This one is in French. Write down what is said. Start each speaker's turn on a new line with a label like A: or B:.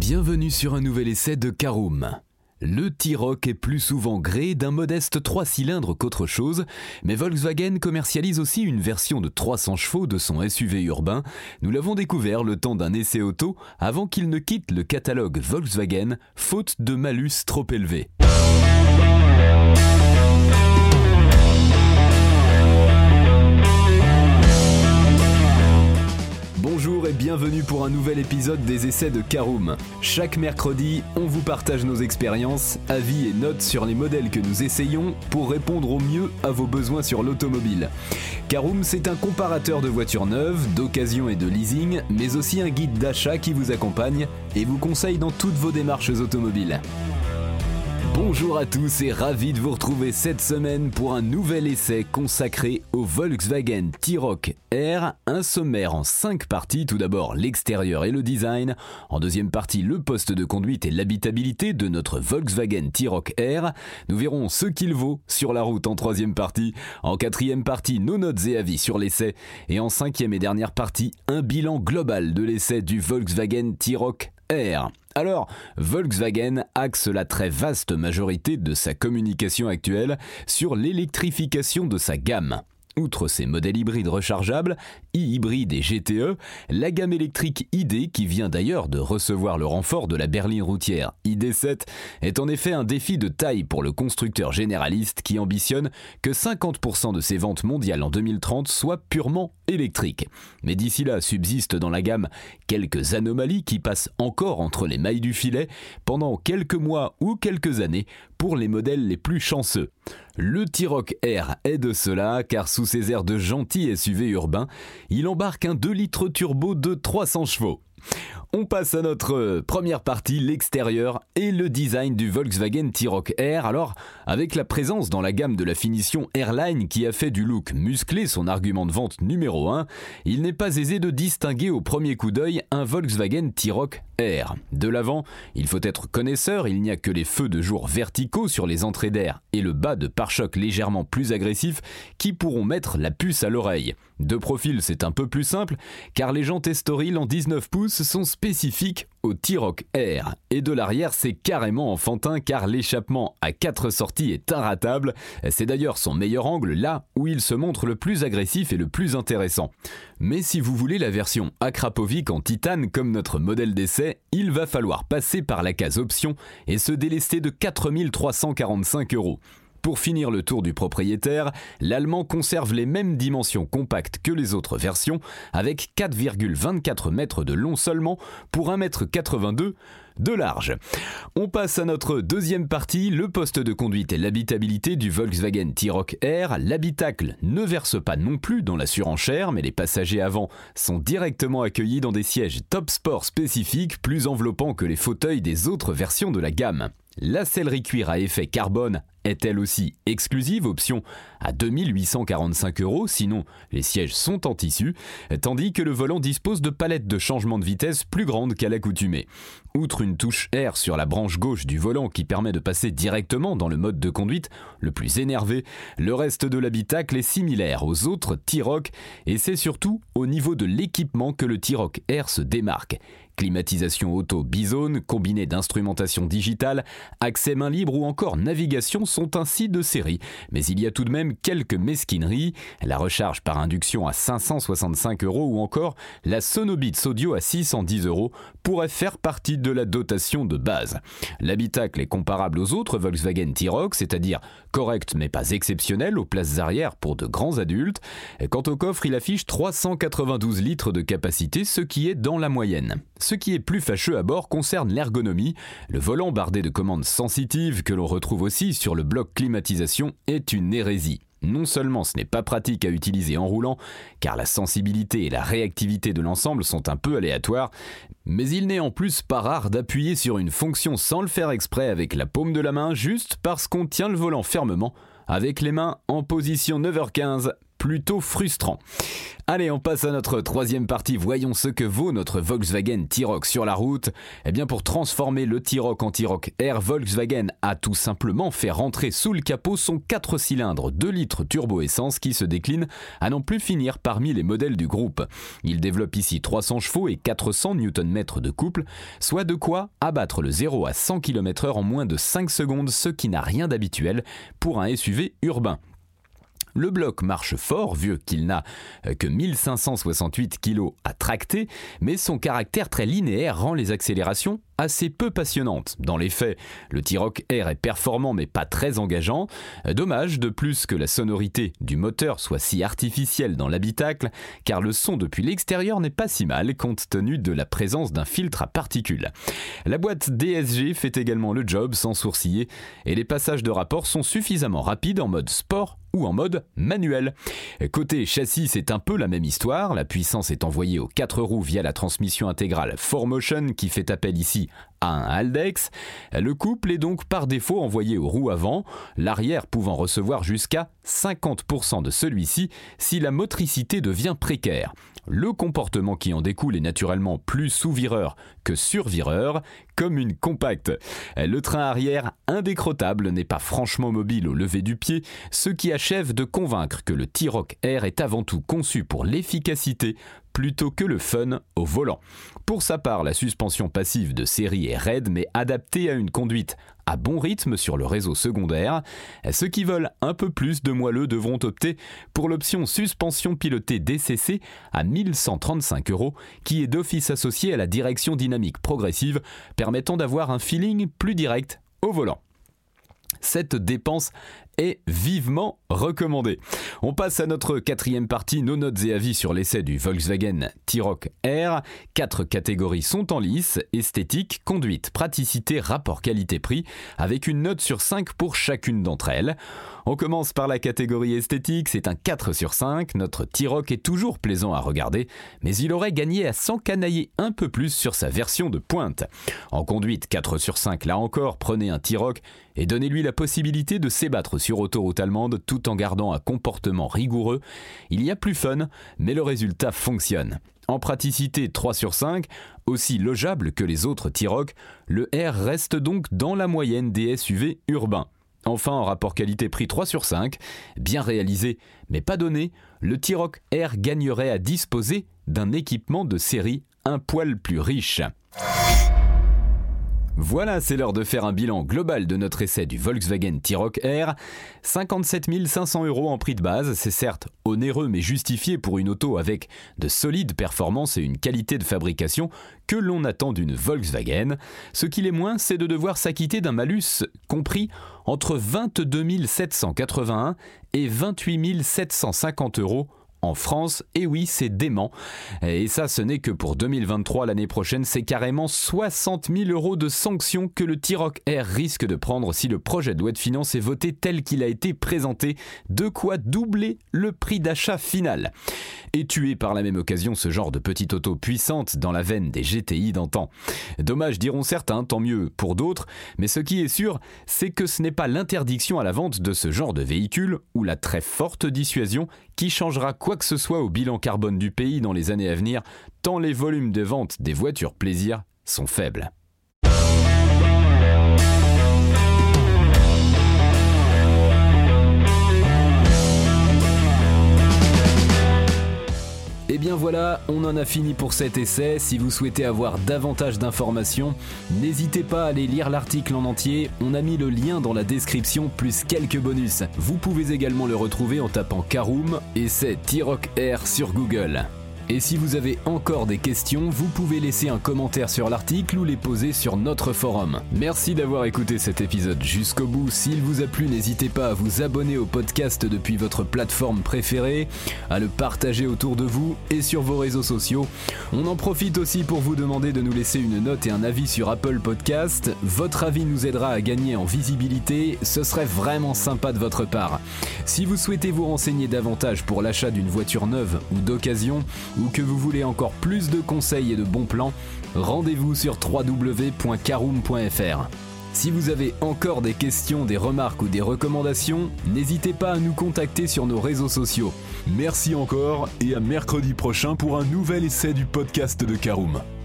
A: Bienvenue sur un nouvel essai de Caroom. Le T-Roc est plus souvent gré d'un modeste 3 cylindres qu'autre chose, mais Volkswagen commercialise aussi une version de 300 chevaux de son SUV urbain. Nous l'avons découvert le temps d'un essai auto avant qu'il ne quitte le catalogue Volkswagen, faute de malus trop élevé. Bonjour et bienvenue pour un nouvel épisode des essais de Caroom. Chaque mercredi, on vous partage nos expériences, avis et notes sur les modèles que nous essayons pour répondre au mieux à vos besoins sur l'automobile. Caroom, c'est un comparateur de voitures neuves, d'occasion et de leasing, mais aussi un guide d'achat qui vous accompagne et vous conseille dans toutes vos démarches automobiles. Bonjour à tous et ravi de vous retrouver cette semaine pour un nouvel essai consacré au Volkswagen T-Roc R, un sommaire en 5 parties, tout d'abord l'extérieur et le design, en deuxième partie le poste de conduite et l'habitabilité de notre Volkswagen T-Roc R, nous verrons ce qu'il vaut sur la route en troisième partie, en quatrième partie nos notes et avis sur l'essai, et en cinquième et dernière partie un bilan global de l'essai du Volkswagen T-Roc R. Alors, Volkswagen axe la très vaste majorité de sa communication actuelle sur l'électrification de sa gamme. Outre ses modèles hybrides rechargeables, e-hybrides et GTE, la gamme électrique ID, qui vient d'ailleurs de recevoir le renfort de la berline routière ID.7, est en effet un défi de taille pour le constructeur généraliste qui ambitionne que 50% de ses ventes mondiales en 2030 soient purement électriques. Mais d'ici là subsistent dans la gamme quelques anomalies qui passent encore entre les mailles du filet pendant quelques mois ou quelques années pour les modèles les plus chanceux. Le T-Roc R est de cela, car sous ses airs de gentil SUV urbain, il embarque un 2 litres turbo de 300 chevaux. On passe à notre première partie, l'extérieur et le design du Volkswagen T-Roc R. Alors, avec la présence dans la gamme de la finition Airline qui a fait du look musclé son argument de vente numéro 1, il n'est pas aisé de distinguer au premier coup d'œil un Volkswagen T-Roc R. De l'avant, il faut être connaisseur, il n'y a que les feux de jour verticaux sur les entrées d'air et le bas de pare-choc légèrement plus agressif qui pourront mettre la puce à l'oreille. De profil, c'est un peu plus simple, car les jantes Estoril en 19 pouces sont spécifiques au T-Roc R. Et de l'arrière, c'est carrément enfantin, car l'échappement à 4 sorties est inratable. C'est d'ailleurs son meilleur angle, là où il se montre le plus agressif et le plus intéressant. Mais si vous voulez la version Akrapovic en titane comme notre modèle d'essai, il va falloir passer par la case option et se délester de 4 345 €. Pour finir le tour du propriétaire, l'Allemand conserve les mêmes dimensions compactes que les autres versions, avec 4,24 mètres de long seulement pour 1,82 m de large. On passe à notre deuxième partie, le poste de conduite et l'habitabilité du Volkswagen T-Roc R. L'habitacle ne verse pas non plus dans la surenchère, mais les passagers avant sont directement accueillis dans des sièges Top Sport spécifiques, plus enveloppants que les fauteuils des autres versions de la gamme. La sellerie cuir à effet carbone est elle aussi exclusive, option à 2 845 €, sinon les sièges sont en tissu, tandis que le volant dispose de palettes de changement de vitesse plus grandes qu'à l'accoutumée. Outre une touche R sur la branche gauche du volant qui permet de passer directement dans le mode de conduite le plus énervé, le reste de l'habitacle est similaire aux autres T-Roc et c'est surtout au niveau de l'équipement que le T-Roc R se démarque. Climatisation auto bizone, combinée d'instrumentation digitale, accès main libre ou encore navigation sont ainsi de série. Mais il y a tout de même quelques mesquineries, la recharge par induction à 565 € ou encore la Sonobits audio à 610 € pourrait faire partie de la dotation de base. L'habitacle est comparable aux autres Volkswagen T-Roc, c'est-à-dire correct mais pas exceptionnel aux places arrière pour de grands adultes. Quant au coffre, il affiche 392 litres de capacité, ce qui est dans la moyenne. Ce qui est plus fâcheux à bord concerne l'ergonomie. Le volant bardé de commandes sensitives que l'on retrouve aussi sur le bloc climatisation est une hérésie. Non seulement ce n'est pas pratique à utiliser en roulant, car la sensibilité et la réactivité de l'ensemble sont un peu aléatoires, mais il n'est en plus pas rare d'appuyer sur une fonction sans le faire exprès avec la paume de la main, juste parce qu'on tient le volant fermement, avec les mains en position 9h15. plutôt frustrant. Allez, on passe à notre troisième partie. Voyons ce que vaut notre Volkswagen T-Roc sur la route. Eh bien, pour transformer le T-Roc en T-Roc R, Volkswagen a tout simplement fait rentrer sous le capot son 4 cylindres 2 litres turbo-essence qui se décline à n'en plus finir parmi les modèles du groupe. Il développe ici 300 chevaux et 400 Nm de couple, soit de quoi abattre le 0 à 100 km/h en moins de 5 secondes, ce qui n'a rien d'habituel pour un SUV urbain. Le bloc marche fort, vu qu'il n'a que 1568 kg à tracter, mais son caractère très linéaire rend les accélérations assez peu passionnantes. Dans les faits, le T-Roc R est performant mais pas très engageant. Dommage de plus que la sonorité du moteur soit si artificielle dans l'habitacle, car le son depuis l'extérieur n'est pas si mal compte tenu de la présence d'un filtre à particules. La boîte DSG fait également le job sans sourciller et les passages de rapport sont suffisamment rapides en mode sport ou en mode manuel. Côté châssis, c'est un peu la même histoire. La puissance est envoyée aux 4 roues via la transmission intégrale 4Motion qui fait appel ici à un Haldex. Le couple est donc par défaut envoyé aux roues avant, l'arrière pouvant recevoir jusqu'à 50% de celui-ci si la motricité devient précaire. Le comportement qui en découle est naturellement plus sous-vireur que sur-vireur, comme une compacte. Le train arrière indécrottable n'est pas franchement mobile au lever du pied, ce qui achève de convaincre que le T-Roc R est avant tout conçu pour l'efficacité plutôt que le fun au volant. Pour sa part, la suspension passive de série est raide mais adaptée à une conduite à bon rythme sur le réseau secondaire. Ceux qui veulent un peu plus de moelleux devront opter pour l'option suspension pilotée DCC à 1135 €, qui est d'office associée à la direction dynamique progressive, permettant d'avoir un feeling plus direct au volant. Cette dépense est vivement recommandée. On passe à notre quatrième partie, nos notes et avis sur l'essai du Volkswagen T-Roc R. 4 catégories sont en lice: esthétique, conduite, praticité, rapport qualité-prix, avec une note sur 5 pour chacune d'entre elles. On commence par la catégorie esthétique, c'est un 4 sur 5. Notre T-Roc est toujours plaisant à regarder, mais il aurait gagné à s'encanailler un peu plus sur sa version de pointe. En conduite, 4 sur 5, là encore, prenez un T-Roc et donnez-lui la possibilité de s'ébattre sur autoroute allemande tout en gardant un comportement rigoureux. Il y a plus fun, mais le résultat fonctionne. En praticité, 3 sur 5, aussi logeable que les autres T-Roc, le R reste donc dans la moyenne des SUV urbains. Enfin, en rapport qualité-prix, 3 sur 5, bien réalisé mais pas donné, le T-Roc R gagnerait à disposer d'un équipement de série un poil plus riche. Voilà, c'est l'heure de faire un bilan global de notre essai du Volkswagen T-Roc R. 57 500 € en prix de base, c'est certes onéreux mais justifié pour une auto avec de solides performances et une qualité de fabrication que l'on attend d'une Volkswagen. Ce qu'il est moins, c'est de devoir s'acquitter d'un malus compris entre 22 781 et 28 750 € en France. Et oui, c'est dément. Et ça, ce n'est que pour 2023. L'année prochaine, c'est carrément 60 000 € de sanctions que le T-Roc R risque de prendre si le projet de loi de finances est voté tel qu'il a été présenté. De quoi doubler le prix d'achat final. Et tuer par la même occasion ce genre de petite auto puissante dans la veine des GTI d'antan. Dommage, diront certains, tant mieux pour d'autres. Mais ce qui est sûr, c'est que ce n'est pas l'interdiction à la vente de ce genre de véhicule ou la très forte dissuasion qui changera quoi que ce soit au bilan carbone du pays dans les années à venir, tant les volumes de vente des voitures plaisir sont faibles. Et bien voilà, on en a fini pour cet essai. Si vous souhaitez avoir davantage d'informations, n'hésitez pas à aller lire l'article en entier. On a mis le lien dans la description plus quelques bonus. Vous pouvez également le retrouver en tapant Caroom et c'est T-Roc R sur Google. Et si vous avez encore des questions, vous pouvez laisser un commentaire sur l'article ou les poser sur notre forum. Merci d'avoir écouté cet épisode jusqu'au bout. S'il vous a plu, n'hésitez pas à vous abonner au podcast depuis votre plateforme préférée, à le partager autour de vous et sur vos réseaux sociaux. On en profite aussi pour vous demander de nous laisser une note et un avis sur Apple Podcast. Votre avis nous aidera à gagner en visibilité, ce serait vraiment sympa de votre part. Si vous souhaitez vous renseigner davantage pour l'achat d'une voiture neuve ou d'occasion, ou que vous voulez encore plus de conseils et de bons plans, rendez-vous sur www.caroom.fr. Si vous avez encore des questions, des remarques ou des recommandations, n'hésitez pas à nous contacter sur nos réseaux sociaux.
B: Merci encore et à mercredi prochain pour un nouvel essai du podcast de Caroom.